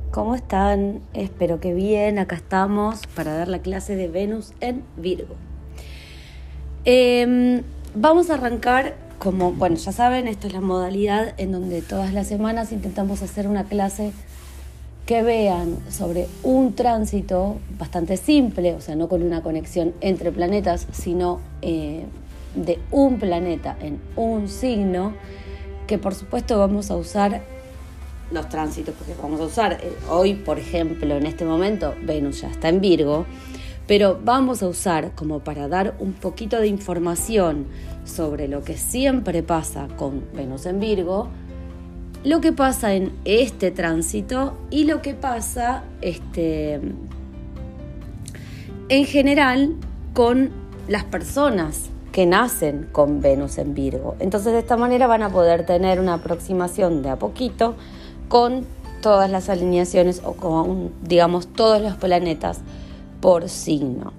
¿Cómo están? Espero que bien. Acá estamos para dar la clase de Venus en Virgo. Vamos a arrancar ya saben, esta es la modalidad en donde todas las semanas intentamos hacer una clase que vean sobre un tránsito bastante simple, o sea, no con una conexión entre planetas, sino de un planeta en un signo, que por supuesto vamos a usar los tránsitos, porque vamos a usar hoy, por ejemplo, en este momento, Venus ya está en Virgo, pero vamos a usar como para dar un poquito de información sobre lo que siempre pasa con Venus en Virgo, lo que pasa en este tránsito y lo que pasa en general con las personas que nacen con Venus en Virgo. Entonces, de esta manera van a poder tener una aproximación de a poquito con todas las alineaciones o con, digamos, todos los planetas por signo.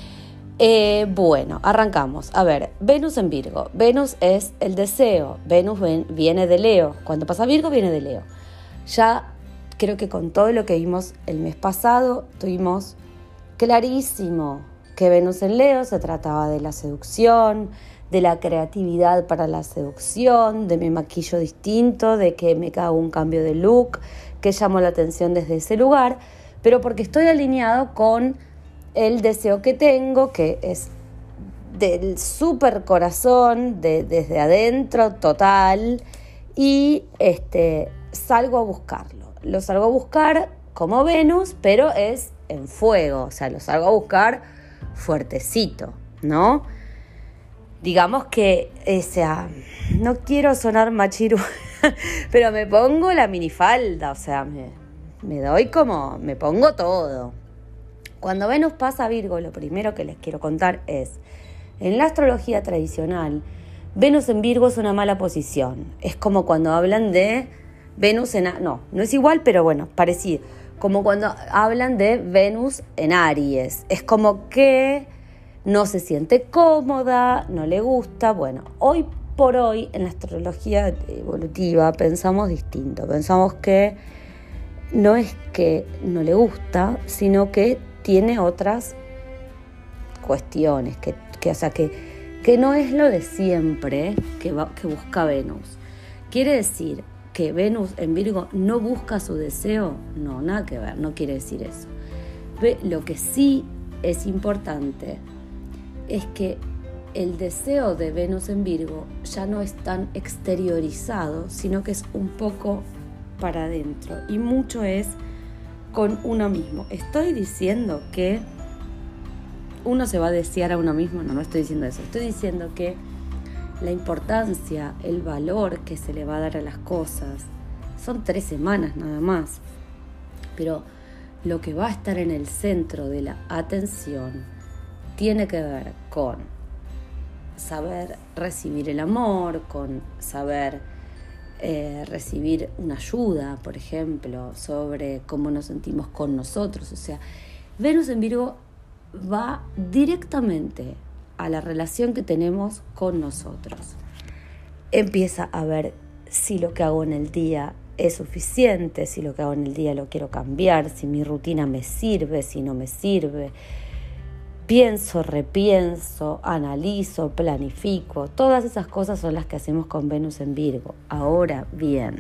Arrancamos. A ver, Venus en Virgo. Venus es el deseo. Venus viene de Leo. Cuando pasa Virgo, viene de Leo. Ya creo que con todo lo que vimos el mes pasado, tuvimos clarísimo que Venus en Leo se trataba de la seducción, de la creatividad para la seducción, de mi maquillo distinto, de que me hago un cambio de look, que llamo la atención desde ese lugar, pero porque estoy alineado con el deseo que tengo, que es del súper corazón, desde adentro, total, y salgo a buscarlo. Lo salgo a buscar como Venus, pero es en fuego, o sea, lo salgo a buscar fuertecito, ¿no? Digamos que, no quiero sonar machiru, pero me pongo la minifalda, o sea, me pongo todo. Cuando Venus pasa a Virgo, lo primero que les quiero contar es, en la astrología tradicional, Venus en Virgo es una mala posición. Es como cuando hablan de Venus no es igual, pero bueno, parecido. Como cuando hablan de Venus en Aries. Es como que no se siente cómoda, no le gusta. Bueno, hoy por hoy en la astrología evolutiva pensamos distinto. Pensamos que no es que no le gusta, sino que tiene otras cuestiones, que no es lo de siempre que busca Venus. ¿Quiere decir que Venus en Virgo no busca su deseo? No, nada que ver, no quiere decir eso. Lo que sí es importante es que el deseo de Venus en Virgo ya no es tan exteriorizado, sino que es un poco para adentro y mucho es con uno mismo. Estoy diciendo que uno se va a desear a uno mismo, no estoy diciendo eso, estoy diciendo que la importancia, el valor que se le va a dar a las cosas son 3 semanas nada más, pero lo que va a estar en el centro de la atención tiene que ver con saber recibir el amor, con saber recibir una ayuda, por ejemplo, sobre cómo nos sentimos con nosotros. O sea, Venus en Virgo va directamente a la relación que tenemos con nosotros. Empieza a ver si lo que hago en el día es suficiente, si lo que hago en el día lo quiero cambiar, si mi rutina me sirve, si no me sirve. Pienso, repienso, analizo, planifico. Todas esas cosas son las que hacemos con Venus en Virgo. Ahora bien,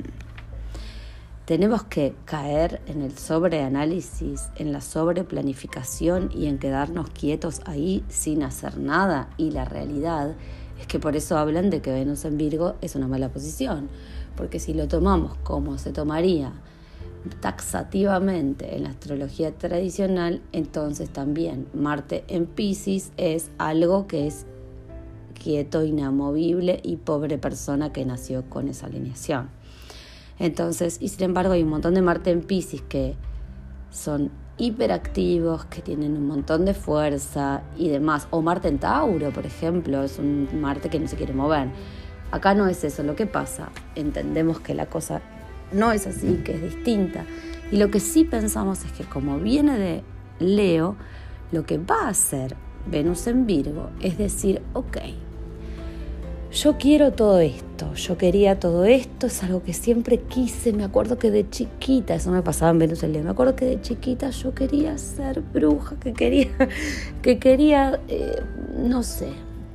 tenemos que caer en el sobreanálisis, en la sobreplanificación y en quedarnos quietos ahí sin hacer nada. Y la realidad es que por eso hablan de que Venus en Virgo es una mala posición. Porque si lo tomamos como se tomaría taxativamente en la astrología tradicional, entonces también Marte en Piscis es algo que es quieto, inamovible y pobre persona que nació con esa alineación. Entonces, y sin embargo hay un montón de Marte en Piscis que son hiperactivos, que tienen un montón de fuerza y demás. O Marte en Tauro, por ejemplo, es un Marte que no se quiere mover. Acá no es eso lo que pasa. Entendemos que la cosa no es así, que es distinta. Y lo que sí pensamos es que como viene de Leo, lo que va a hacer Venus en Virgo es decir, ok, yo quiero todo esto. esto, yo quería todo esto, es algo que siempre quise. Me acuerdo que de chiquita, eso me pasaba en Venus el Leo, me acuerdo que de chiquita yo quería ser bruja, que quería no sé,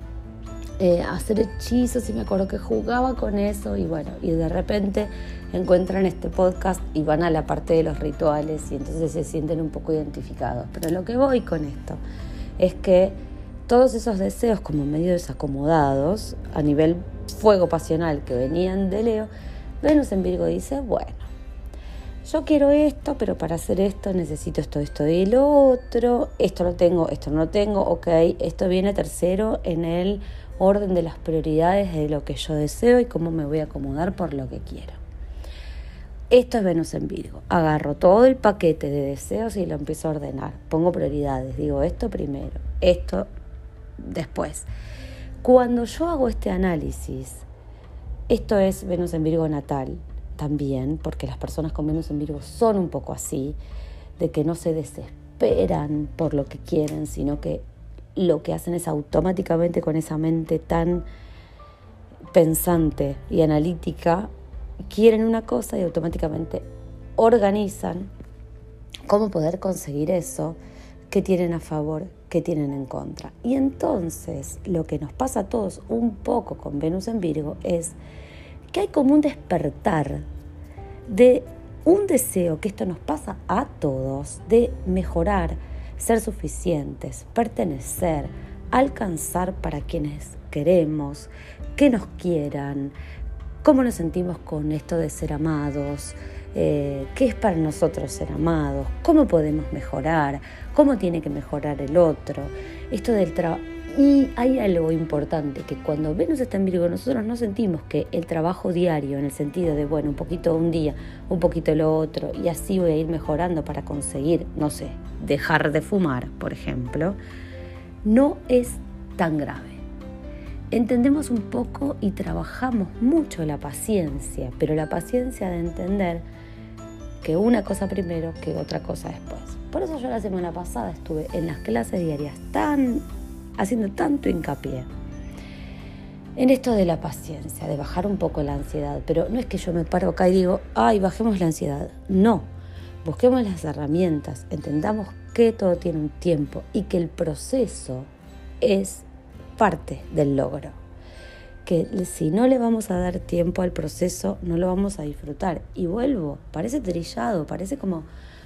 hacer hechizos, y me acuerdo que jugaba con eso, y bueno, y de repente encuentran este podcast y van a la parte de los rituales y entonces se sienten un poco identificados. Pero lo que voy con esto es que todos esos deseos como medio desacomodados a nivel fuego pasional que venían de Leo, Venus en Virgo dice, bueno, yo quiero esto, pero para hacer esto necesito esto y lo otro, esto lo tengo, esto no lo tengo, ok, esto viene tercero en el orden de las prioridades de lo que yo deseo y cómo me voy a acomodar por lo que quiero. Esto es Venus en Virgo. Agarro todo el paquete de deseos y lo empiezo a ordenar. Pongo prioridades, digo esto primero, esto después. Cuando yo hago este análisis, esto es Venus en Virgo natal también, porque las personas con Venus en Virgo son un poco así, de que no se desesperan por lo que quieren, sino que lo que hacen es automáticamente con esa mente tan pensante y analítica, quieren una cosa y automáticamente organizan cómo poder conseguir eso, qué tienen a favor, qué tienen en contra. Y entonces lo que nos pasa a todos un poco con Venus en Virgo es que hay como un despertar de un deseo, que esto nos pasa a todos, de mejorar, ser suficientes, pertenecer, alcanzar para quienes queremos, que nos quieran, cómo nos sentimos con esto de ser amados, qué es para nosotros ser amados, cómo podemos mejorar, cómo tiene que mejorar el otro, esto del trabajo. Y hay algo importante, que cuando Venus está en Virgo nosotros no sentimos que el trabajo diario, en el sentido de, bueno, un poquito un día, un poquito lo otro, y así voy a ir mejorando para conseguir, no sé, dejar de fumar, por ejemplo, no es tan grave. Entendemos un poco y trabajamos mucho la paciencia, pero la paciencia de entender que una cosa primero, que otra cosa después. Por eso yo la semana pasada estuve en las clases diarias haciendo tanto hincapié en esto de la paciencia, de bajar un poco la ansiedad. Pero no es que yo me paro acá y digo, ay, bajemos la ansiedad. No, busquemos las herramientas, entendamos que todo tiene un tiempo y que el proceso es parte del logro. Que si no le vamos a dar tiempo al proceso, no lo vamos a disfrutar. Y vuelvo, parece trillado, parece como,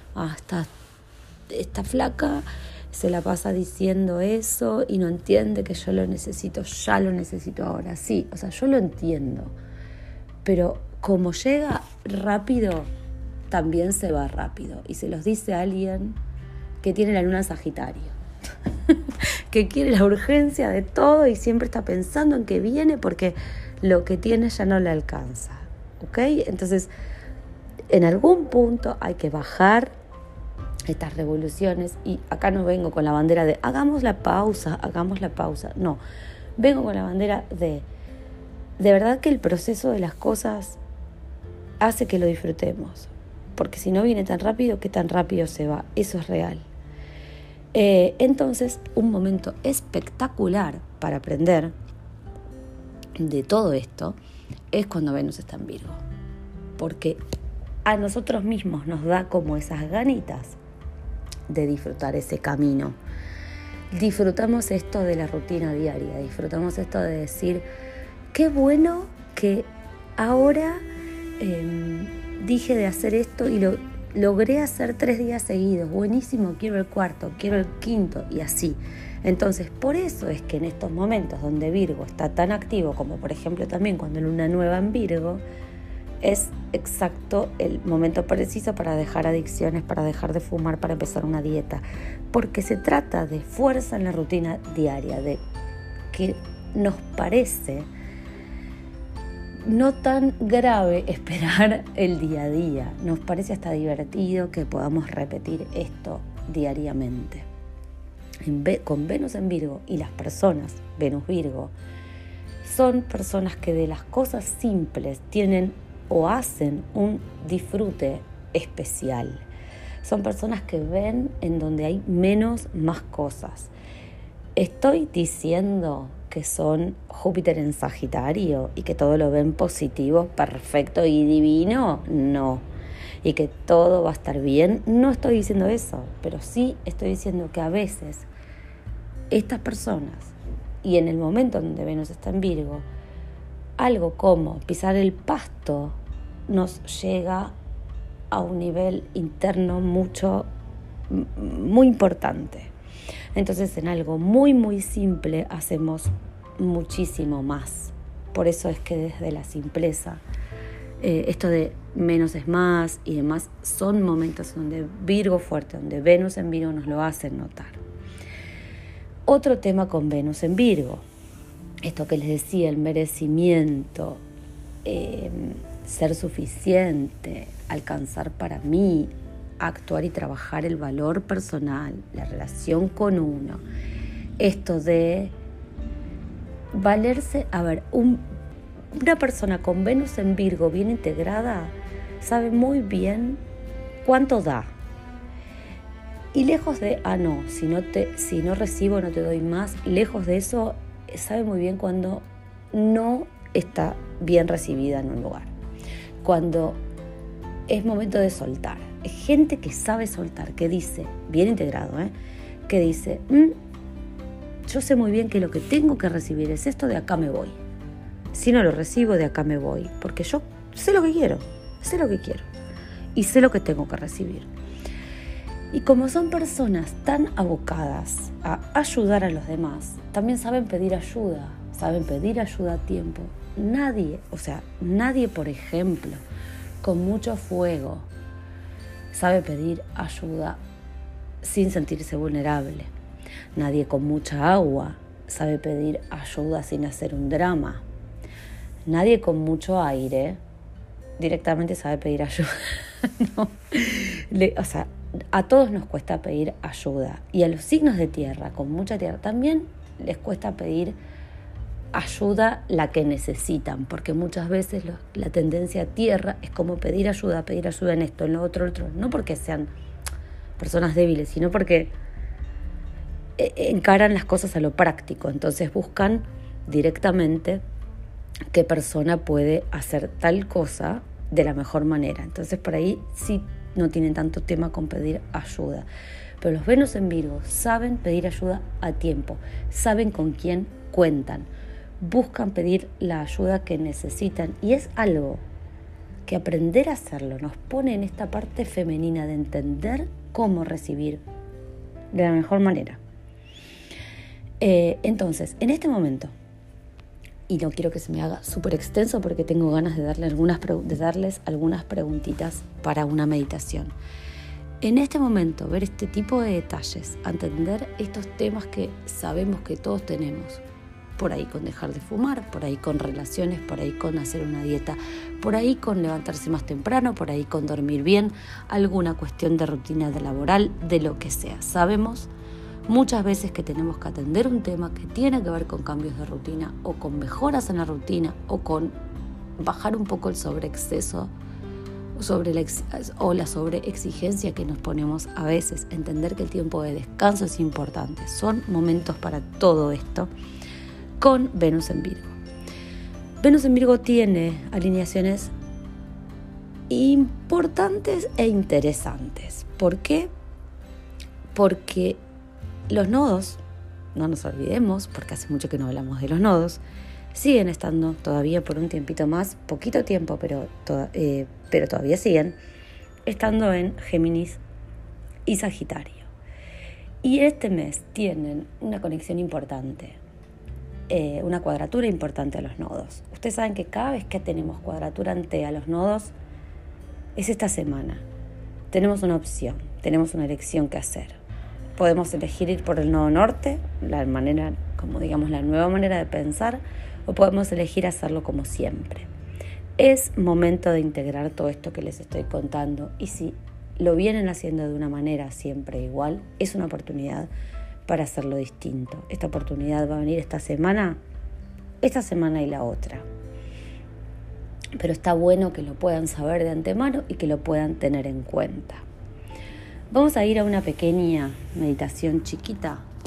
esta flaca se la pasa diciendo eso y no entiende que yo lo necesito, ya lo necesito ahora. Sí, o sea, yo lo entiendo, pero como llega rápido, también se va rápido. Y se los dice alguien que tiene la luna en Sagitario, que quiere la urgencia de todo y siempre está pensando en que viene porque lo que tiene ya no le alcanza, ¿ok? Entonces, en algún punto hay que bajar estas revoluciones, y acá no vengo con la bandera de hagamos la pausa, no, vengo con la bandera de verdad que el proceso de las cosas hace que lo disfrutemos, porque si no viene tan rápido, ¿qué tan rápido se va? Eso es real. Entonces, un momento espectacular para aprender de todo esto es cuando Venus está en Virgo, porque a nosotros mismos nos da como esas ganitas de disfrutar ese camino. Disfrutamos esto de la rutina diaria, disfrutamos esto de decir, qué bueno que ahora dije de hacer esto y lo logré hacer 3 días seguidos, buenísimo, quiero el 4, quiero el 5 y así. Entonces, por eso es que en estos momentos donde Virgo está tan activo, como por ejemplo también cuando luna nueva en Virgo, es exacto el momento preciso para dejar adicciones, para dejar de fumar, para empezar una dieta. Porque se trata de fuerza en la rutina diaria, de que nos parece no tan grave esperar el día a día. Nos parece hasta divertido que podamos repetir esto diariamente. Con Venus en Virgo y las personas, Venus Virgo, son personas que de las cosas simples tienen o hacen un disfrute especial. Son personas que ven en donde hay menos más cosas. ¿Estoy diciendo que son Júpiter en Sagitario y que todo lo ven positivo, perfecto y divino? No. Y que todo va a estar bien, no estoy diciendo eso, pero sí estoy diciendo que a veces estas personas, y en el momento donde Venus está en Virgo, algo como pisar el pasto nos llega a un nivel interno muy importante. Entonces, en algo muy, muy simple hacemos muchísimo más. Por eso es que desde la simpleza, esto de menos es más y demás, son momentos donde Virgo fuerte, donde Venus en Virgo nos lo hacen notar. Otro tema con Venus en Virgo, esto que les decía, el merecimiento, ser suficiente, alcanzar para mí, actuar y trabajar el valor personal, la relación con uno, esto de valerse. A ver, una persona con Venus en Virgo bien integrada sabe muy bien cuánto da. Y lejos de, no, si no recibo no te doy más, lejos de eso, sabe muy bien cuando no está bien recibida en un lugar. Cuando es momento de soltar. Es gente que sabe soltar, que dice, bien integrado, que dice, yo sé muy bien que lo que tengo que recibir es esto, de acá me voy. Si no lo recibo, de acá me voy. Porque yo sé lo que quiero y sé lo que tengo que recibir. Y como son personas tan abocadas a ayudar a los demás, también saben pedir ayuda a tiempo. Nadie, por ejemplo, con mucho fuego, sabe pedir ayuda sin sentirse vulnerable. Nadie con mucha agua sabe pedir ayuda sin hacer un drama. Nadie con mucho aire directamente sabe pedir ayuda. No. A todos nos cuesta pedir ayuda. Y a los signos de tierra, con mucha tierra, también les cuesta pedir ayuda la que necesitan, porque muchas veces la tendencia a tierra es como pedir ayuda en esto, en lo otro, no porque sean personas débiles, sino porque encaran las cosas a lo práctico. Entonces buscan directamente qué persona puede hacer tal cosa de la mejor manera. Entonces por ahí sí no tienen tanto tema con pedir ayuda. Pero los Venus en Virgo saben pedir ayuda a tiempo, saben con quién cuentan, buscan pedir la ayuda que necesitan, y es algo que aprender a hacerlo nos pone en esta parte femenina de entender cómo recibir de la mejor manera. Entonces, en este momento, y no quiero que se me haga súper extenso porque tengo ganas de darles algunas preguntitas para una meditación. En este momento, ver este tipo de detalles, entender estos temas que sabemos que todos tenemos, por ahí con dejar de fumar, por ahí con relaciones, por ahí con hacer una dieta, por ahí con levantarse más temprano, por ahí con dormir bien, alguna cuestión de rutina de laboral, de lo que sea. Sabemos muchas veces que tenemos que atender un tema que tiene que ver con cambios de rutina o con mejoras en la rutina o con bajar un poco el sobreexceso o la sobreexigencia que nos ponemos a veces. Entender que el tiempo de descanso es importante. Son momentos para todo esto con Venus en Virgo. Venus en Virgo tiene alineaciones importantes e interesantes. ¿Por qué? Porque los nodos, no nos olvidemos, porque hace mucho que no hablamos de los nodos, siguen estando todavía por un tiempito más, poquito tiempo, pero todavía siguen estando en Géminis y Sagitario. Y este mes tienen una conexión importante, una cuadratura importante a los nodos. Ustedes saben que cada vez que tenemos cuadratura ante a los nodos, es esta semana. Tenemos una opción, tenemos una elección que hacer. Podemos elegir ir por el nodo norte, la nueva manera de pensar, o podemos elegir hacerlo como siempre. Es momento de integrar todo esto que les estoy contando, y si lo vienen haciendo de una manera siempre igual, es una oportunidad para hacerlo distinto. Esta oportunidad va a venir esta semana y la otra. Pero está bueno que lo puedan saber de antemano y que lo puedan tener en cuenta. Vamos a ir a una pequeña meditación chiquita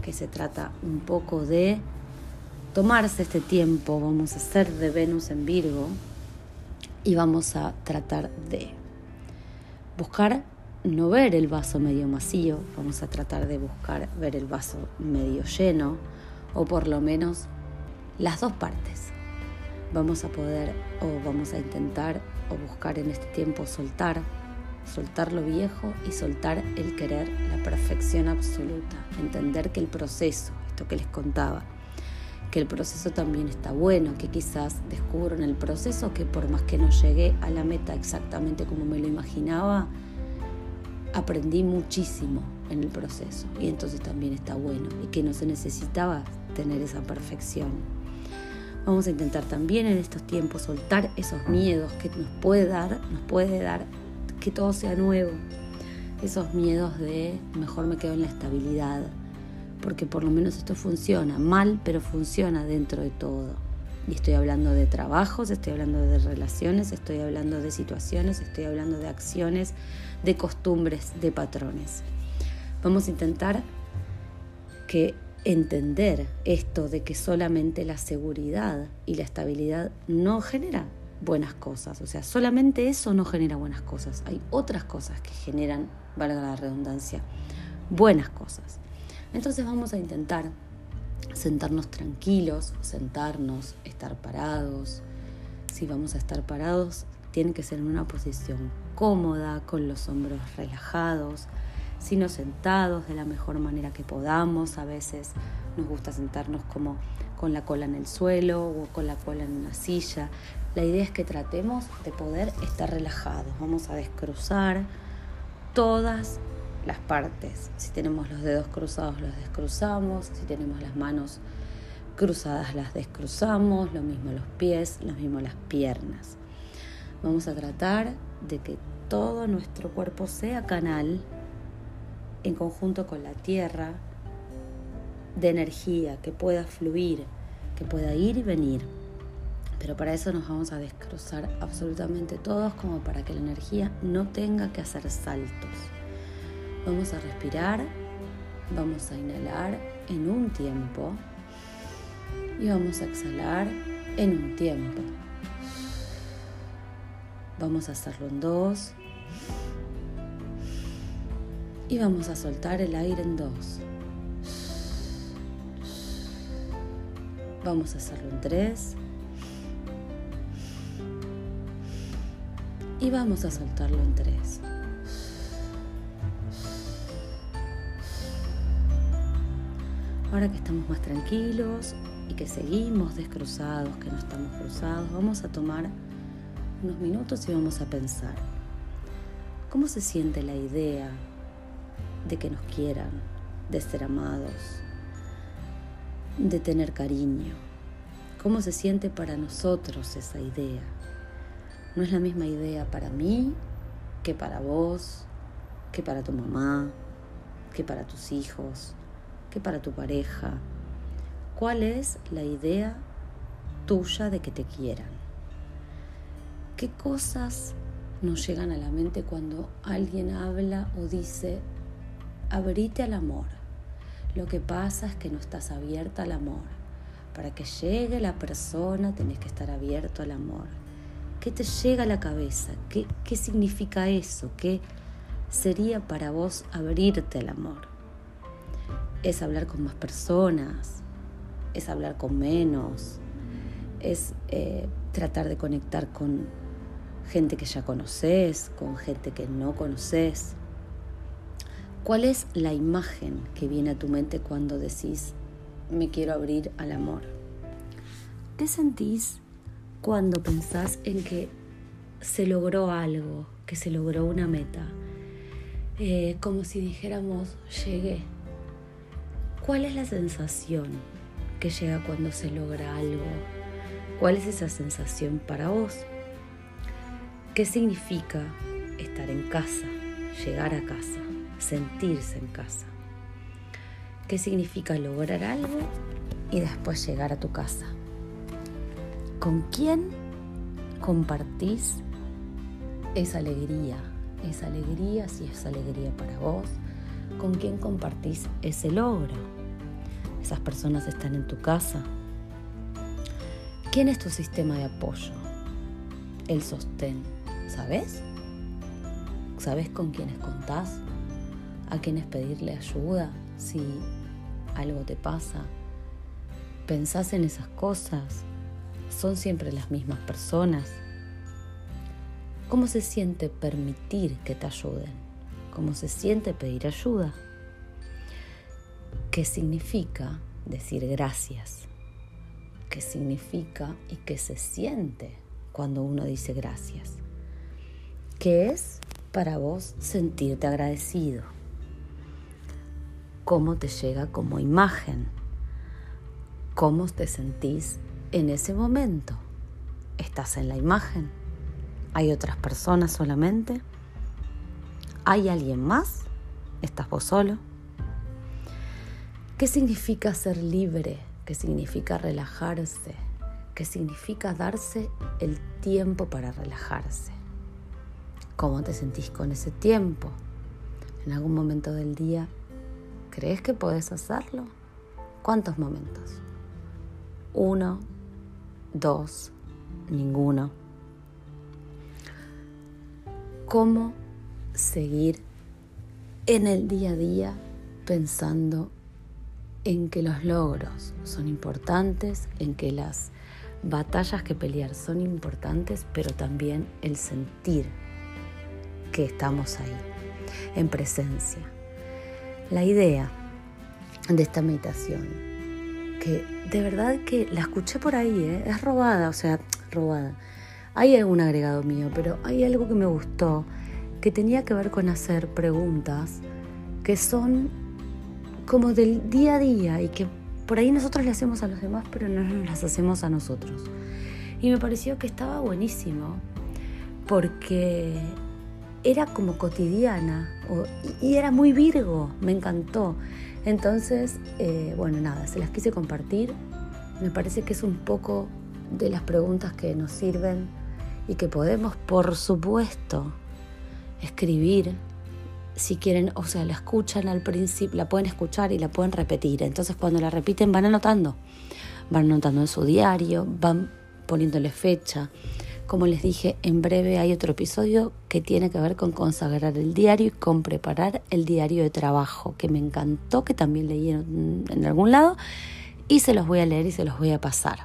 que se trata un poco de tomarse este tiempo. Vamos a hacer de Venus en Virgo y vamos a tratar de buscar no ver el vaso medio vacío, vamos a tratar de buscar ver el vaso medio lleno, o por lo menos las dos partes. Vamos a intentar o buscar en este tiempo soltar lo viejo y soltar el querer la perfección absoluta. Entender que el proceso, esto que les contaba, que el proceso también está bueno, que quizás descubro en el proceso que por más que no llegué a la meta exactamente como me lo imaginaba, aprendí muchísimo en el proceso, y entonces también está bueno, y que no se necesitaba tener esa perfección. Vamos a intentar también en estos tiempos soltar esos miedos que nos puede dar que todo sea nuevo, esos miedos de mejor me quedo en la estabilidad, porque por lo menos esto funciona mal, pero funciona dentro de todo. Y estoy hablando de trabajos, estoy hablando de relaciones, estoy hablando de situaciones, estoy hablando de acciones, de costumbres, de patrones. Vamos a intentar entender esto de que solamente la seguridad y la estabilidad no genera buenas cosas. O sea, solamente eso no genera buenas cosas. Hay otras cosas que generan, valga la redundancia, buenas cosas. Entonces vamos a intentar sentarnos tranquilos, estar parados. Si vamos a estar parados, tiene que ser en una posición cómoda, con los hombros relajados, sino sentados de la mejor manera que podamos. A veces nos gusta sentarnos como con la cola en el suelo o con la cola en una silla. La idea es que tratemos de poder estar relajados. Vamos a descruzar todas las partes. Si tenemos los dedos cruzados, los descruzamos. Si tenemos las manos cruzadas, las descruzamos. Lo mismo los pies, lo mismo las piernas. Vamos a tratar de que todo nuestro cuerpo sea canal, en conjunto con la tierra, de energía, que pueda fluir, que pueda ir y venir. Pero para eso nos vamos a descruzar absolutamente todos, como para que la energía no tenga que hacer saltos. Vamos a respirar, vamos a inhalar en un tiempo y vamos a exhalar en un tiempo. Vamos a hacerlo en 2 y vamos a soltar el aire en 2. Vamos a hacerlo en 3 y vamos a soltarlo en 3. Ahora que estamos más tranquilos y que seguimos descruzados, que no estamos cruzados, vamos a tomar unos minutos y vamos a pensar cómo se siente la idea de que nos quieran, de ser amados, de tener cariño. ¿Cómo se siente para nosotros esa idea? No es la misma idea para mí que para vos, que para tu mamá, que para tus hijos, que para tu pareja. ¿Cuál es la idea tuya de que te quieran? ¿Qué cosas nos llegan a la mente cuando alguien habla o dice abrite al amor? Lo que pasa es que no estás abierta al amor. Para que llegue la persona tenés que estar abierto al amor. ¿Qué te llega a la cabeza? ¿Qué significa eso? ¿Qué sería para vos abrirte al amor? ¿Es hablar con más personas? ¿Es hablar con menos? ¿Es tratar de conectar con gente que ya conoces, con gente que no conoces? ¿Cuál es la imagen que viene a tu mente cuando decís me quiero abrir al amor? ¿Qué sentís cuando pensás en que se logró algo, que se logró una meta? Como si dijéramos llegué. ¿Cuál es la sensación que llega cuando se logra algo? ¿Cuál es esa sensación para vos? ¿Qué significa estar en casa, llegar a casa, sentirse en casa? ¿Qué significa lograr algo y después llegar a tu casa? ¿Con quién compartís esa alegría? Esa alegría, si es alegría para vos, ¿con quién compartís ese logro? ¿Esas personas están en tu casa? ¿Quién es tu sistema de apoyo? El sostén, ¿sabes? ¿Sabes con quiénes contás? ¿A quiénes pedirle ayuda si algo te pasa? ¿Pensás en esas cosas? ¿Son siempre las mismas personas? ¿Cómo se siente permitir que te ayuden? ¿Cómo se siente pedir ayuda? ¿Qué significa decir gracias? ¿Qué significa y qué se siente cuando uno dice gracias? ¿Qué es para vos sentirte agradecido? ¿Cómo te llega como imagen? ¿Cómo te sentís en ese momento? ¿Estás en la imagen? ¿Hay otras personas solamente? ¿Hay alguien más? ¿Estás vos solo? ¿Qué significa ser libre? ¿Qué significa relajarse? ¿Qué significa darse el tiempo para relajarse? ¿Cómo te sentís con ese tiempo? ¿En algún momento del día crees que podés hacerlo? ¿Cuántos momentos? 1, 2, ninguno. ¿Cómo seguir en el día a día pensando en que los logros son importantes, en que las batallas que pelear son importantes, pero también el sentir que estamos ahí, en presencia? La idea de esta meditación, que de verdad que la escuché por ahí, es robada, robada. Hay algún agregado mío, pero hay algo que me gustó, que tenía que ver con hacer preguntas que son como del día a día y que por ahí nosotros le hacemos a los demás, pero no nos las hacemos a nosotros. Y me pareció que estaba buenísimo porque era como cotidiana y era muy Virgo, me encantó. Entonces, se las quise compartir. Me parece que es un poco de las preguntas que nos sirven y que podemos, por supuesto, escribir. Si quieren, la escuchan al principio, la pueden escuchar y la pueden repetir. Entonces, cuando la repiten, van anotando en su diario, van poniéndole fecha. Como les dije, en breve hay otro episodio que tiene que ver con consagrar el diario y con preparar el diario de trabajo, que me encantó, que también leí en algún lado, y se los voy a leer y se los voy a pasar.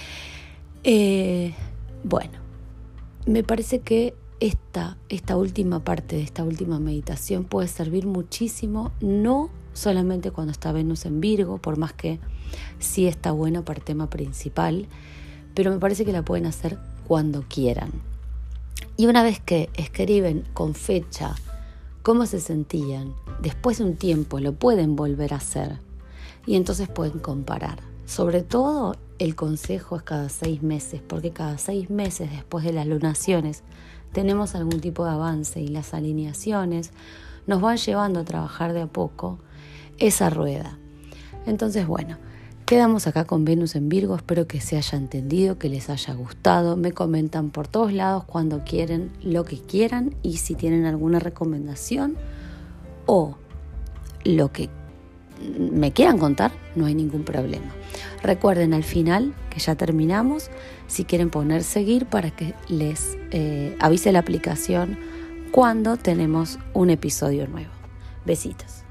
Me parece que esta última parte de esta última meditación puede servir muchísimo, no solamente cuando está Venus en Virgo, por más que sí está buena para el tema principal, pero me parece que la pueden hacer cuando quieran. Y una vez que escriben con fecha cómo se sentían, después de un tiempo lo pueden volver a hacer y entonces pueden comparar. Sobre todo el consejo es cada 6 meses, porque cada 6 meses después de las lunaciones tenemos algún tipo de avance y las alineaciones nos van llevando a trabajar de a poco esa rueda. Entonces, quedamos acá con Venus en Virgo. Espero que se haya entendido, que les haya gustado. Me comentan por todos lados cuando quieren, lo que quieran, y si tienen alguna recomendación o lo que me quieran contar, no hay ningún problema. Recuerden al final, que ya terminamos, si quieren poner seguir para que les avise la aplicación cuando tenemos un episodio nuevo. Besitos.